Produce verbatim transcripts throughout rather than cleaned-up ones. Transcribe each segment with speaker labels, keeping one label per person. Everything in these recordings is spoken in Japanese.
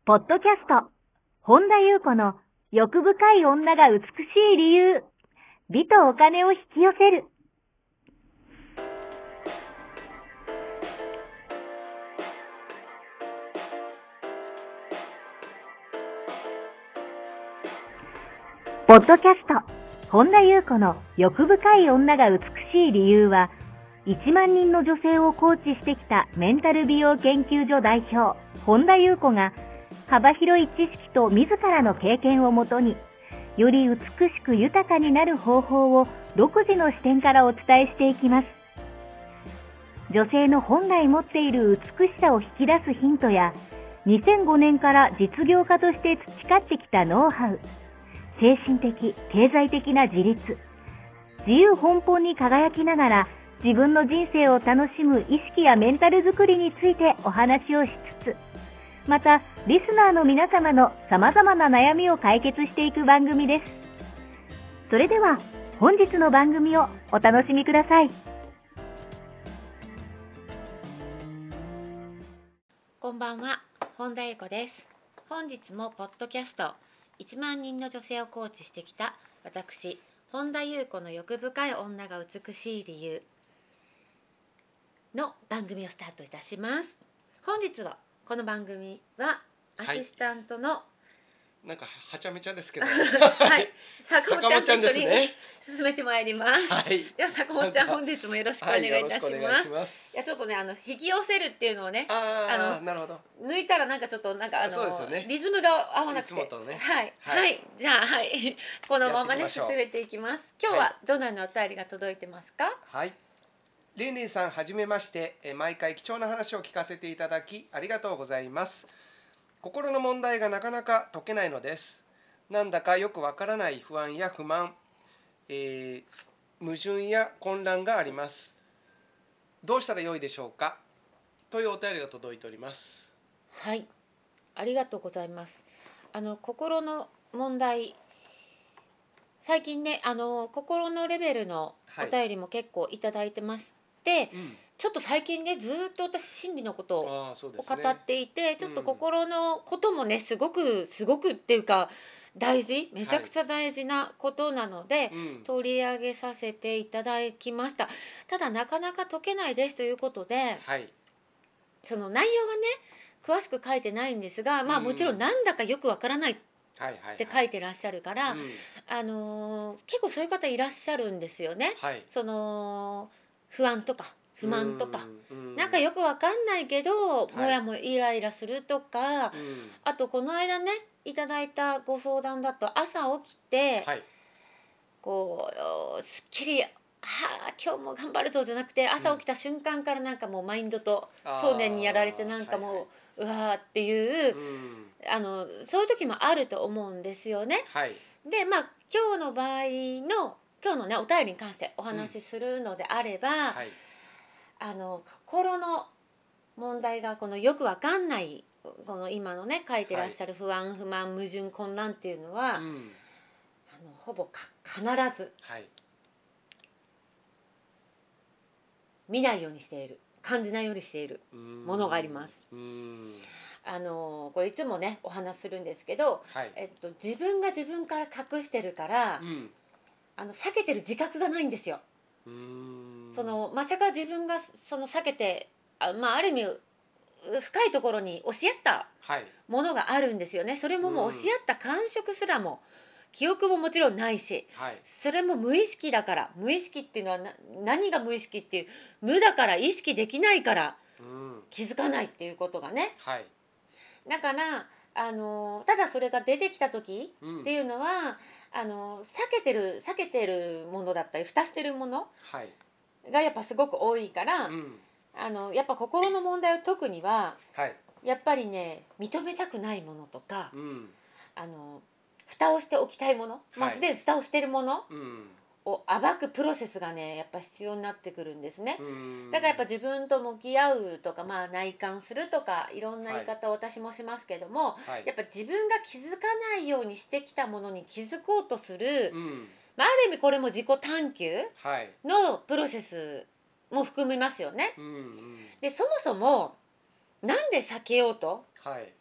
Speaker 1: ポッドキャスト、本田裕子の欲深い女が美しい理由、美とお金を引き寄せる。ポッドキャスト、本田裕子の欲深い女が美しい理由は、いちまんにんの女性をコーチしてきたメンタル美容研究所代表、本田裕子が、幅広い知識と自らの経験をもとに、より美しく豊かになる方法を独自の視点からお伝えしていきます。女性の本来持っている美しさを引き出すヒントや、にせんごねんから実業家として培ってきたノウハウ、精神的、経済的な自立、自由奔放に輝きながら自分の人生を楽しむ意識やメンタルづくりについてお話をしつつ、またリスナーの皆様の様々な悩みを解決していく番組です。それでは本日の番組をお楽しみください。
Speaker 2: こんばんは、本田裕子です。本日もポッドキャストいちまんにんの女性をコーチしてきた私、本田裕子の欲深い女が美しい理由の番組をスタートいたします。本日はこの番組はアシスタントの、は
Speaker 3: い、なんかはちゃめちゃですけど
Speaker 2: はい、坂本ちゃんと一緒に
Speaker 3: ね、
Speaker 2: 進めてまいります、はい、では坂本ちゃん本日もよろしくお願いいたします、はい、よろしくお願いします。いやちょっとねあの引き寄せるっていうのをね、
Speaker 3: ああなるほど、
Speaker 2: 抜いたらなんかちょっとなんかあの
Speaker 3: そうですよね、
Speaker 2: リズムが合わなくて、
Speaker 3: いつもとね、
Speaker 2: はい、はい、はい、じゃあはいこのままね進めていきます。今日はどのようなお便りが届いてますか？
Speaker 3: はい、レンレンさんはじめまして。毎回貴重な話を聞かせていただきありがとうございます。心の問題がなかなか解けないのです。なんだかよくわからない不安や不満、えー、矛盾や混乱があります。どうしたらよいでしょうか、というお便りが届いております。
Speaker 2: はい、ありがとうございます。あの心の問題、最近ねあの心のレベルのお便りも結構いただいてまして、はい、うん、ちょっと最近ねずっと私心理のことを語っていて、ね、ちょっと心のこともねすごくすごくっていうか大事、めちゃくちゃ大事なことなので、はい、うん、取り上げさせていただきました。ただなかなか解けないですということで、はい、その内容がね詳しく書いてないんですが、まあもちろんなんだかよくわからないって書いてらっしゃるから、はいはいはい、あのー、結構そういう方いらっしゃるんですよね、はい、その不安とか不満とか、なんかよくわかんないけど、はい、もやもイライラするとか、あとこの間ねいただいたご相談だと朝起きて、はい、こうすっきりはあ今日も頑張るぞじゃなくて、朝起きた瞬間からなんかもうマインドと想念にやられてなんかもう、はいはい、うわーっていう、うん、あのそういう時もあると思うんですよね、はい、でまあ今日の場合の今日のねお便りに関してお話しするのであれば、うん、はい、あの心の問題がこのよくわかんないこの今のね書いてらっしゃる不安、はい、不満、矛盾、混乱っていうのは、うん、あのほぼか必ず、はい、見ないようにしている、感じないようにしているものがあります。うーん、あのこれいつもねお話しするんですけど、はい、えっと、自分が自分から隠してるから、うん、あの避けてる自覚がないんですよ。うーん、そのまさか自分がその避けて あ,、まあ、ある意味深いところに押し合ったものがあるんですよね。それももう押し合った感触すらも記憶ももちろんないし、はい、それも無意識だから、無意識っていうのはな何が無意識っていう、無だから意識できないから、うん、気づかないっていうことがね、はい、だからあのただそれが出てきた時っていうのは、うん、あの避けてる避けてるものだったり蓋してるものがやっぱすごく多いから、うん、あのやっぱ心の問題を解くには、はい、やっぱりね認めたくないものとか、うん、あの蓋をしておきたいもの、はい、もうすでに蓋をしているものを暴くプロセスがねやっぱ必要になってくるんですね。だからやっぱ自分と向き合うとか、まあ、内観するとかいろんな言い方を私もしますけども、はい、やっぱ自分が気づかないようにしてきたものに気づこうとする、うん、まあ、ある意味これも自己探求のプロセスも含みますよね、うんうん、でそもそもなんで避けようと、はい、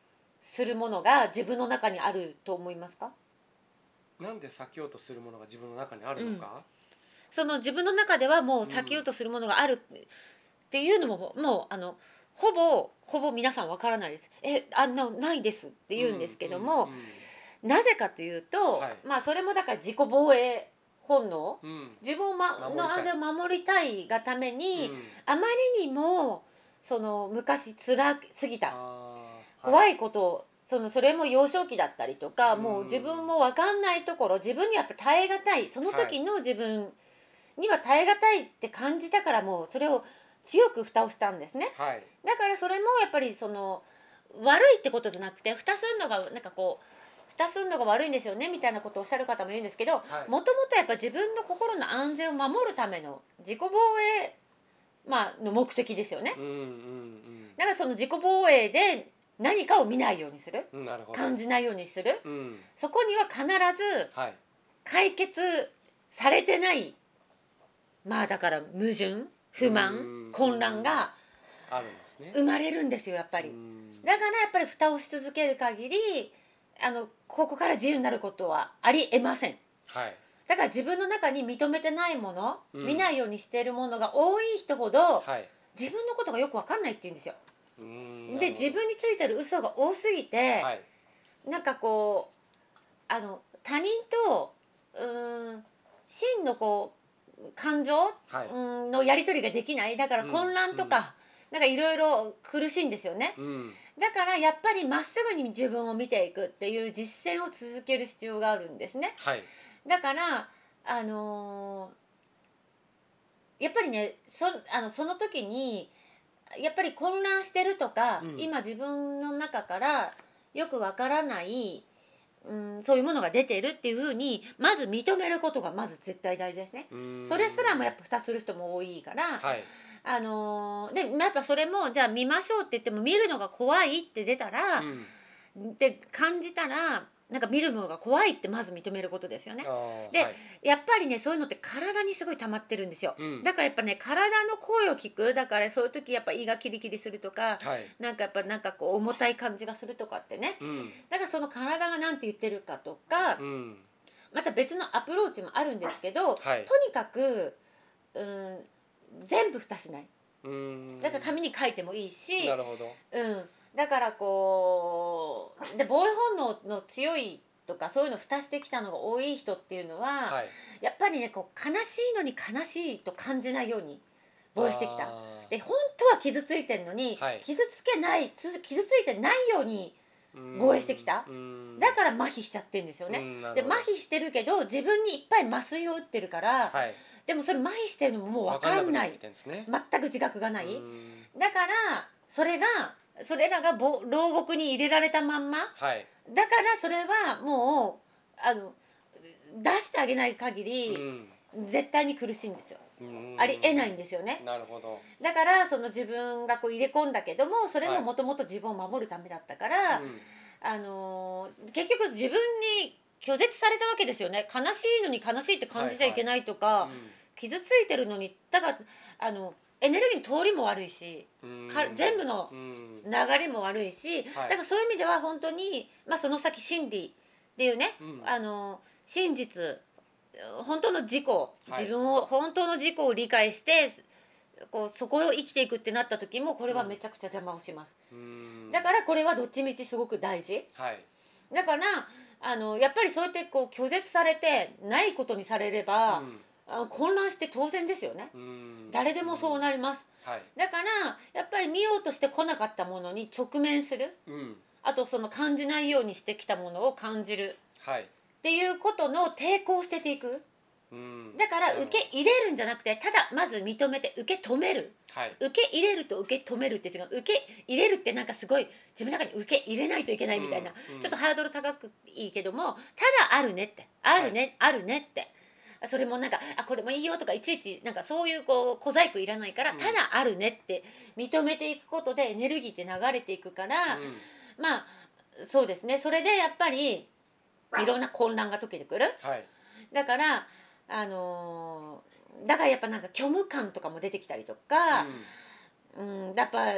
Speaker 2: するものが自分の中にあると思いますか？
Speaker 3: なんで避けようとするものが自分の中にあるのか、
Speaker 2: その自分の中ではもう
Speaker 3: うん
Speaker 2: 避けようとするものがあるっていうのも、もうあのほぼほぼ皆さんわからないです。え、あんなないですって言うんですけども、
Speaker 3: うんうん
Speaker 2: なぜかというと、
Speaker 3: はい
Speaker 2: まあそれもだから自己防衛本能、
Speaker 3: うんうん
Speaker 2: 自分を、ま、
Speaker 3: 守りたい
Speaker 2: の安全を守りたいがために、
Speaker 3: うん
Speaker 2: あまりにもその昔辛すぎた
Speaker 3: あー
Speaker 2: 怖
Speaker 3: はい
Speaker 2: いことを、そのそれも幼少期だったりとか、
Speaker 3: うん
Speaker 2: もう自分も分かんないところ、自分にやっぱ耐え難い、その時の自分には耐え難いって感じたから、もうそれを強く蓋をしたんですね。
Speaker 3: はい
Speaker 2: だからそれもやっぱりその悪いってことじゃなくて、蓋するのがなんかこう蓋するのが悪いんですよねみたいなことをおっしゃる方もいるんですけど、
Speaker 3: はい
Speaker 2: もともとやっぱ自分の心の安全を守るための自己防衛、まあ、の目的ですよね。
Speaker 3: うんうん
Speaker 2: だからその自己防衛で何かを見ないようにする、
Speaker 3: うんなるほど
Speaker 2: 感じないようにする、
Speaker 3: うん
Speaker 2: そこには必ず
Speaker 3: はい
Speaker 2: 解決されてない、まあだから矛盾不満
Speaker 3: うん
Speaker 2: 混乱が
Speaker 3: あるんですね
Speaker 2: 生まれるんですよ、やっぱり。
Speaker 3: うん
Speaker 2: だからやっぱり蓋をし続ける限り、あのここから自由になることはありえません。
Speaker 3: はい
Speaker 2: だから自分の中に認めてないもの、
Speaker 3: うん
Speaker 2: 見ないようにしているものが多い人ほど、
Speaker 3: はい
Speaker 2: 自分のことがよく分かんないって言うんですよ。
Speaker 3: うん
Speaker 2: で、自分についてる嘘が多すぎて、
Speaker 3: はい
Speaker 2: なんかこうあの他人とうーん真のこう感情、
Speaker 3: はいう
Speaker 2: ーんのやり取りができない。だから混乱とか、なんかいろいろ苦しいんですよね。
Speaker 3: うん
Speaker 2: だからやっぱりまっすぐに自分を見ていくっていう実践を続ける必要があるんですね。
Speaker 3: はい
Speaker 2: だからあのーやっぱりね、そあのその時にやっぱり混乱してるとか、
Speaker 3: うん
Speaker 2: 今自分の中からよくわからない、うん、そういうものが出てるっていうふうにまず認めることがまず絶対大事ですね。
Speaker 3: うん
Speaker 2: それすらもやっぱ蓋する人も多いから、
Speaker 3: はい
Speaker 2: あのーでやっぱそれもじゃあ見ましょうって言っても見るのが怖いって出たら、
Speaker 3: うん
Speaker 2: って感じたら、なんか見るものが怖いってまず認めることですよね。
Speaker 3: あー
Speaker 2: で
Speaker 3: はい
Speaker 2: やっぱりね、そういうのって体にすごい溜まってるんですよ。
Speaker 3: うん
Speaker 2: だからやっぱね、体の声を聞く。だからそういう時やっぱ胃がキリキリするとか、
Speaker 3: はい
Speaker 2: なんかやっぱなんかこう重たい感じがするとかってね。
Speaker 3: うん
Speaker 2: だからその体が何て言ってるかとか、
Speaker 3: うん
Speaker 2: また別のアプローチもあるんですけど、
Speaker 3: はい
Speaker 2: とにかく、うん、全部蓋しない。
Speaker 3: うん
Speaker 2: だから紙に書いてもいいし、
Speaker 3: なるほど
Speaker 2: うん、だからこうで防衛本能の強いとかそういうの蓋してきたのが多い人っていうのは、
Speaker 3: はい
Speaker 2: やっぱりね、こう悲しいのに悲しいと感じないように防衛してきた。
Speaker 3: あー
Speaker 2: で本当は傷ついてるのに、
Speaker 3: はい
Speaker 2: 傷つけないつ傷ついてないように
Speaker 3: うん
Speaker 2: 防衛してきた。
Speaker 3: うん
Speaker 2: だから麻痺しちゃってるんですよね。
Speaker 3: うんなる
Speaker 2: で
Speaker 3: ほど
Speaker 2: 麻痺してるけど自分にいっぱい麻酔を打ってるから、
Speaker 3: はい
Speaker 2: でもそれ麻痺してるのももう分かんない、
Speaker 3: 分かんなくなってきてんですね
Speaker 2: 全く自覚がない。
Speaker 3: うん
Speaker 2: だからそれがそれらがぼ牢獄に入れられたまんま、
Speaker 3: はい
Speaker 2: だからそれはもうあの出してあげない限り、絶対に苦しいんですよ。
Speaker 3: うん
Speaker 2: ありえないんですよね。
Speaker 3: なるほど
Speaker 2: だからその自分がこう入れ込んだけども、それ
Speaker 3: はい
Speaker 2: ももともと自分を守るためだったから、
Speaker 3: うん
Speaker 2: あのー結局自分に拒絶されたわけですよね。悲しいのに悲しいって感じちゃいけないとか、傷ついてるのに、だからあのエネルギーの通りも悪いし、
Speaker 3: うん
Speaker 2: か全部の
Speaker 3: うん
Speaker 2: 流れも悪いし、
Speaker 3: はい
Speaker 2: だからそういう意味では本当に、まあ、その先真理っていうね、
Speaker 3: うん
Speaker 2: あの真実、本当の自己、
Speaker 3: はい
Speaker 2: 自分を本当の自己を理解してこうそこを生きていくってなった時もこれはめちゃくちゃ邪魔をします。
Speaker 3: うん
Speaker 2: だからこれはどっちみちすごく大事。
Speaker 3: はい
Speaker 2: だからあのやっぱりそうやってこう拒絶されてないことにされれば、あの混乱して当然ですよね。
Speaker 3: うん
Speaker 2: 誰でもそうなります。
Speaker 3: はい
Speaker 2: だからやっぱり見ようとしてこなかったものに直面する、
Speaker 3: うん
Speaker 2: あとその感じないようにしてきたものを感じる
Speaker 3: はい
Speaker 2: っていうことの抵抗を捨てていく。
Speaker 3: うん
Speaker 2: だから受け入れるんじゃなくて、ただまず認めて受け止める。
Speaker 3: はい
Speaker 2: 受け入れると受け止めるって違う。受け入れるってなんかすごい自分の中に受け入れないといけないみたいな、
Speaker 3: うん
Speaker 2: ちょっとハードル高くいいけども、ただあるねってあるね、あるねって、それもなんかあこれもいいよとかいちいちなんかそういうこう小細工いらないから、
Speaker 3: うん
Speaker 2: ただあるねって認めていくことでエネルギーって流れていくから、
Speaker 3: うん
Speaker 2: まあそうですね。それでやっぱりいろんな混乱が解けてくる。
Speaker 3: はい
Speaker 2: だからあのーだからやっぱなんか虚無感とかも出てきたりとか、うん、やっぱ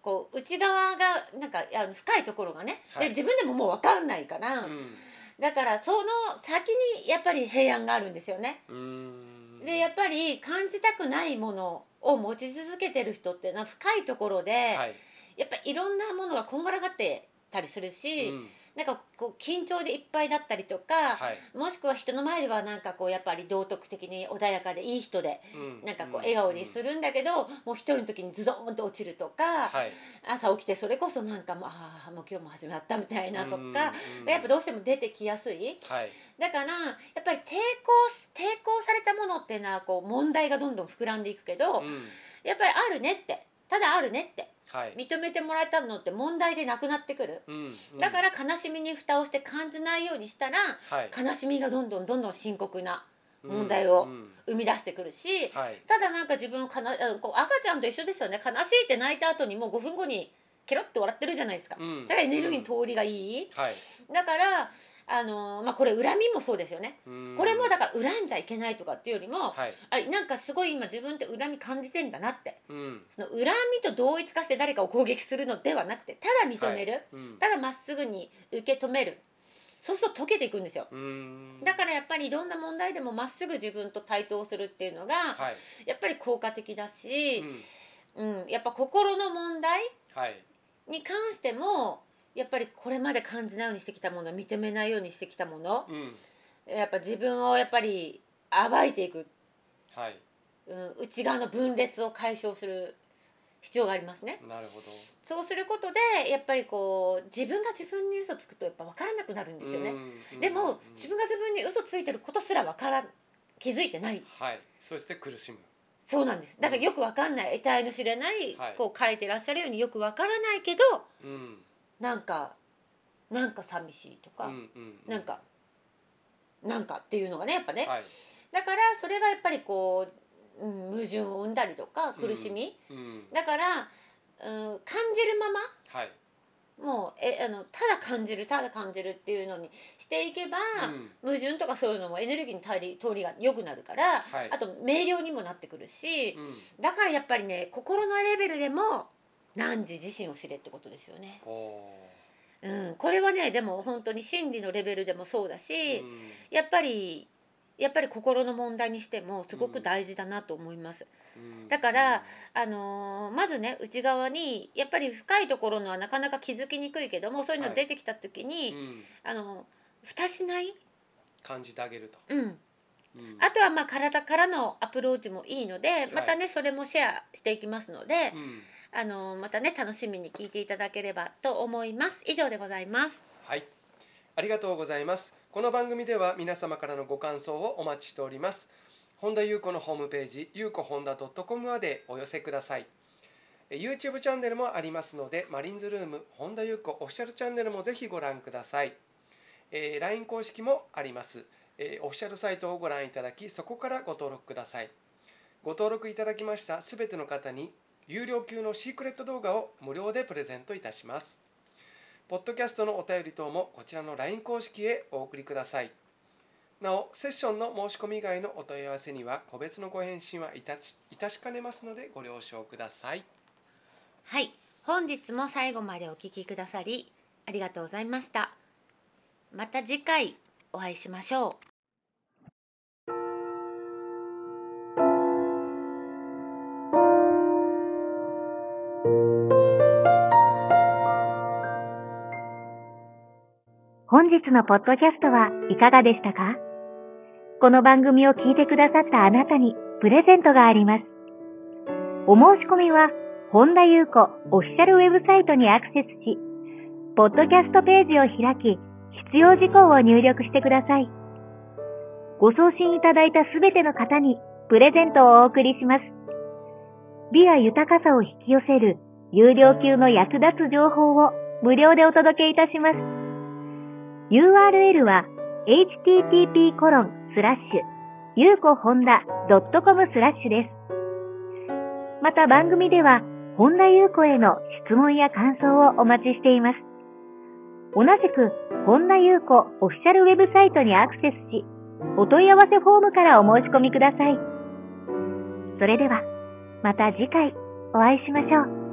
Speaker 2: こう内側がなんかあの深いところがね、
Speaker 3: はい
Speaker 2: で自分でももう分かんないから、
Speaker 3: うん
Speaker 2: だからその先にやっぱり平安があるんですよね。
Speaker 3: うーん
Speaker 2: でやっぱり感じたくないものを持ち続けてる人っていうのは深いところで、
Speaker 3: はい
Speaker 2: やっぱりいろんなものがこんがらがってたりするし、
Speaker 3: うん
Speaker 2: なんかこう緊張でいっぱいだったりとか、
Speaker 3: はい
Speaker 2: もしくは人の前ではなんかこうやっぱり道徳的に穏やかでいい人で、
Speaker 3: うん
Speaker 2: なんかこう笑顔にするんだけど、もう一人の時にズドーンと落ちるとか、
Speaker 3: はい
Speaker 2: 朝起きてそれこそなんかもうああもう今日も始まったみたいなとか、
Speaker 3: うんうん
Speaker 2: やっぱどうしても出てきやすい。
Speaker 3: はい
Speaker 2: だからやっぱり抵抗抵抗されたものっていうのはこう問題がどんどん膨らんでいくけど、
Speaker 3: うん
Speaker 2: やっぱりあるねって、ただあるねって
Speaker 3: はい
Speaker 2: 認めてもらえたのって問題でなくなってくる。
Speaker 3: うんうん
Speaker 2: だから悲しみに蓋をして感じないようにしたら、
Speaker 3: はい
Speaker 2: 悲しみがどんどんどんどん深刻な問題を
Speaker 3: うんうん
Speaker 2: 生み出してくるし、
Speaker 3: はい
Speaker 2: ただなんか自分をかなあこう赤ちゃんと一緒ですよね。悲しいって泣いた後にもうごふんごにケロッと笑ってるじゃないですか。
Speaker 3: うん
Speaker 2: だからエネルギーの通りがいい。
Speaker 3: はい
Speaker 2: だからあのーまあこれ恨みもそうですよね。
Speaker 3: うん
Speaker 2: これもだから恨んじゃいけないとかっていうよりも、
Speaker 3: はい
Speaker 2: あなんかすごい今自分って恨み感じてんだなって、
Speaker 3: うん
Speaker 2: その恨みと同一化して誰かを攻撃するのではなくて、ただ認める、
Speaker 3: はいうん
Speaker 2: ただまっすぐに受け止める、そうすると溶けていくんですよ。
Speaker 3: うん
Speaker 2: だからやっぱりいろんな問題でもまっすぐ自分と対等するっていうのが
Speaker 3: はい
Speaker 2: やっぱり効果的だ
Speaker 3: う
Speaker 2: し、
Speaker 3: ん
Speaker 2: うんやっぱ心の問題
Speaker 3: はい
Speaker 2: に関してもやっぱりこれまで感じないようにしてきたもの、認めないようにしてきたもの、
Speaker 3: うん
Speaker 2: やっぱ自分をやっぱり暴いていく、
Speaker 3: はい
Speaker 2: うん、内側の分裂を解消する必要がありますね。
Speaker 3: なるほど
Speaker 2: そうすることでやっぱりこう自分が自分に嘘つくとやっぱ分からなくなるんですよね。
Speaker 3: うん
Speaker 2: でも
Speaker 3: うん
Speaker 2: 自分が自分に嘘ついてることすら分からん、気づいてない。
Speaker 3: はいそして苦しむ
Speaker 2: そうなんです。だからよく分かんない、得体の知れない、
Speaker 3: はい
Speaker 2: こう書いてらっしゃるようによく分からないけど、
Speaker 3: うん
Speaker 2: なんかなんか寂しいとか、
Speaker 3: うんうん
Speaker 2: なんかなんかっていうのがねやっぱね、
Speaker 3: はい
Speaker 2: だからそれがやっぱりこう、うん、矛盾を生んだりとか苦しみ、
Speaker 3: うん
Speaker 2: だから、うん、感じるまま
Speaker 3: はい
Speaker 2: もうえあのただ感じるただ感じるっていうのにしていけば、
Speaker 3: うん
Speaker 2: 矛盾とかそういうのもエネルギーの通り通りが良くなるから、
Speaker 3: はい
Speaker 2: あと明瞭にもなってくるし、
Speaker 3: うん
Speaker 2: だからやっぱりね心のレベルでも汝自身を知れってことですよね。
Speaker 3: おー
Speaker 2: うん、これはねでも本当に心理のレベルでもそうだし、
Speaker 3: うん
Speaker 2: やっぱりやっぱり心の問題にしてもすごく大事だなと思います。
Speaker 3: うん
Speaker 2: だからあのーまずね内側にやっぱり深いところのはなかなか気づきにくいけども、そういうの出てきた時に、
Speaker 3: うん
Speaker 2: あの蓋しない、
Speaker 3: 感じてあげると
Speaker 2: うん、
Speaker 3: うん
Speaker 2: あとはまあ体からのアプローチもいいので、またねそれもシェアしていきますので、
Speaker 3: うん
Speaker 2: あのーまたね楽しみに聞いていただければと思います。以上でございます。
Speaker 3: はいありがとうございます。この番組では皆様からのご感想をお待ちしております。本田裕子のホームページゆうこほんだ .com までお寄せください。え YouTube チャンネルもありますので、マリンズルーム本田裕子オフィシャルチャンネルもぜひご覧ください。えー ライン 公式もあります。えーオフィシャルサイトをご覧いただき、そこからご登録ください。ご登録いただきましたすべての方に有料級のシークレット動画を無料でプレゼントいたします。ポッドキャストのお便り等もこちらの ライン 公式へお送りください。なお、セッションの申し込み以外のお問い合わせには個別のご返信はいたし、いたしかねますのでご了承ください。
Speaker 2: はい、本日も最後までお聞きくださりありがとうございました。また次回お会いしましょう。
Speaker 1: 本日のポッドキャストはいかがでしたか？この番組を聞いてくださったあなたにプレゼントがあります。お申し込みは本田裕子オフィシャルウェブサイトにアクセスし、ポッドキャストページを開き、必要事項を入力してください。ご送信いただいたすべての方にプレゼントをお送りします。美や豊かさを引き寄せる有料級の役立つ情報を無料でお届けいたします。ユーアールエル は エイチティーティーピーコロンスラッシュゆうこほんだドットコムスラッシュです。また番組では本田裕子への質問や感想をお待ちしています。同じく本田裕子オフィシャルウェブサイトにアクセスし、お問い合わせフォームからお申し込みください。それではまた次回お会いしましょう。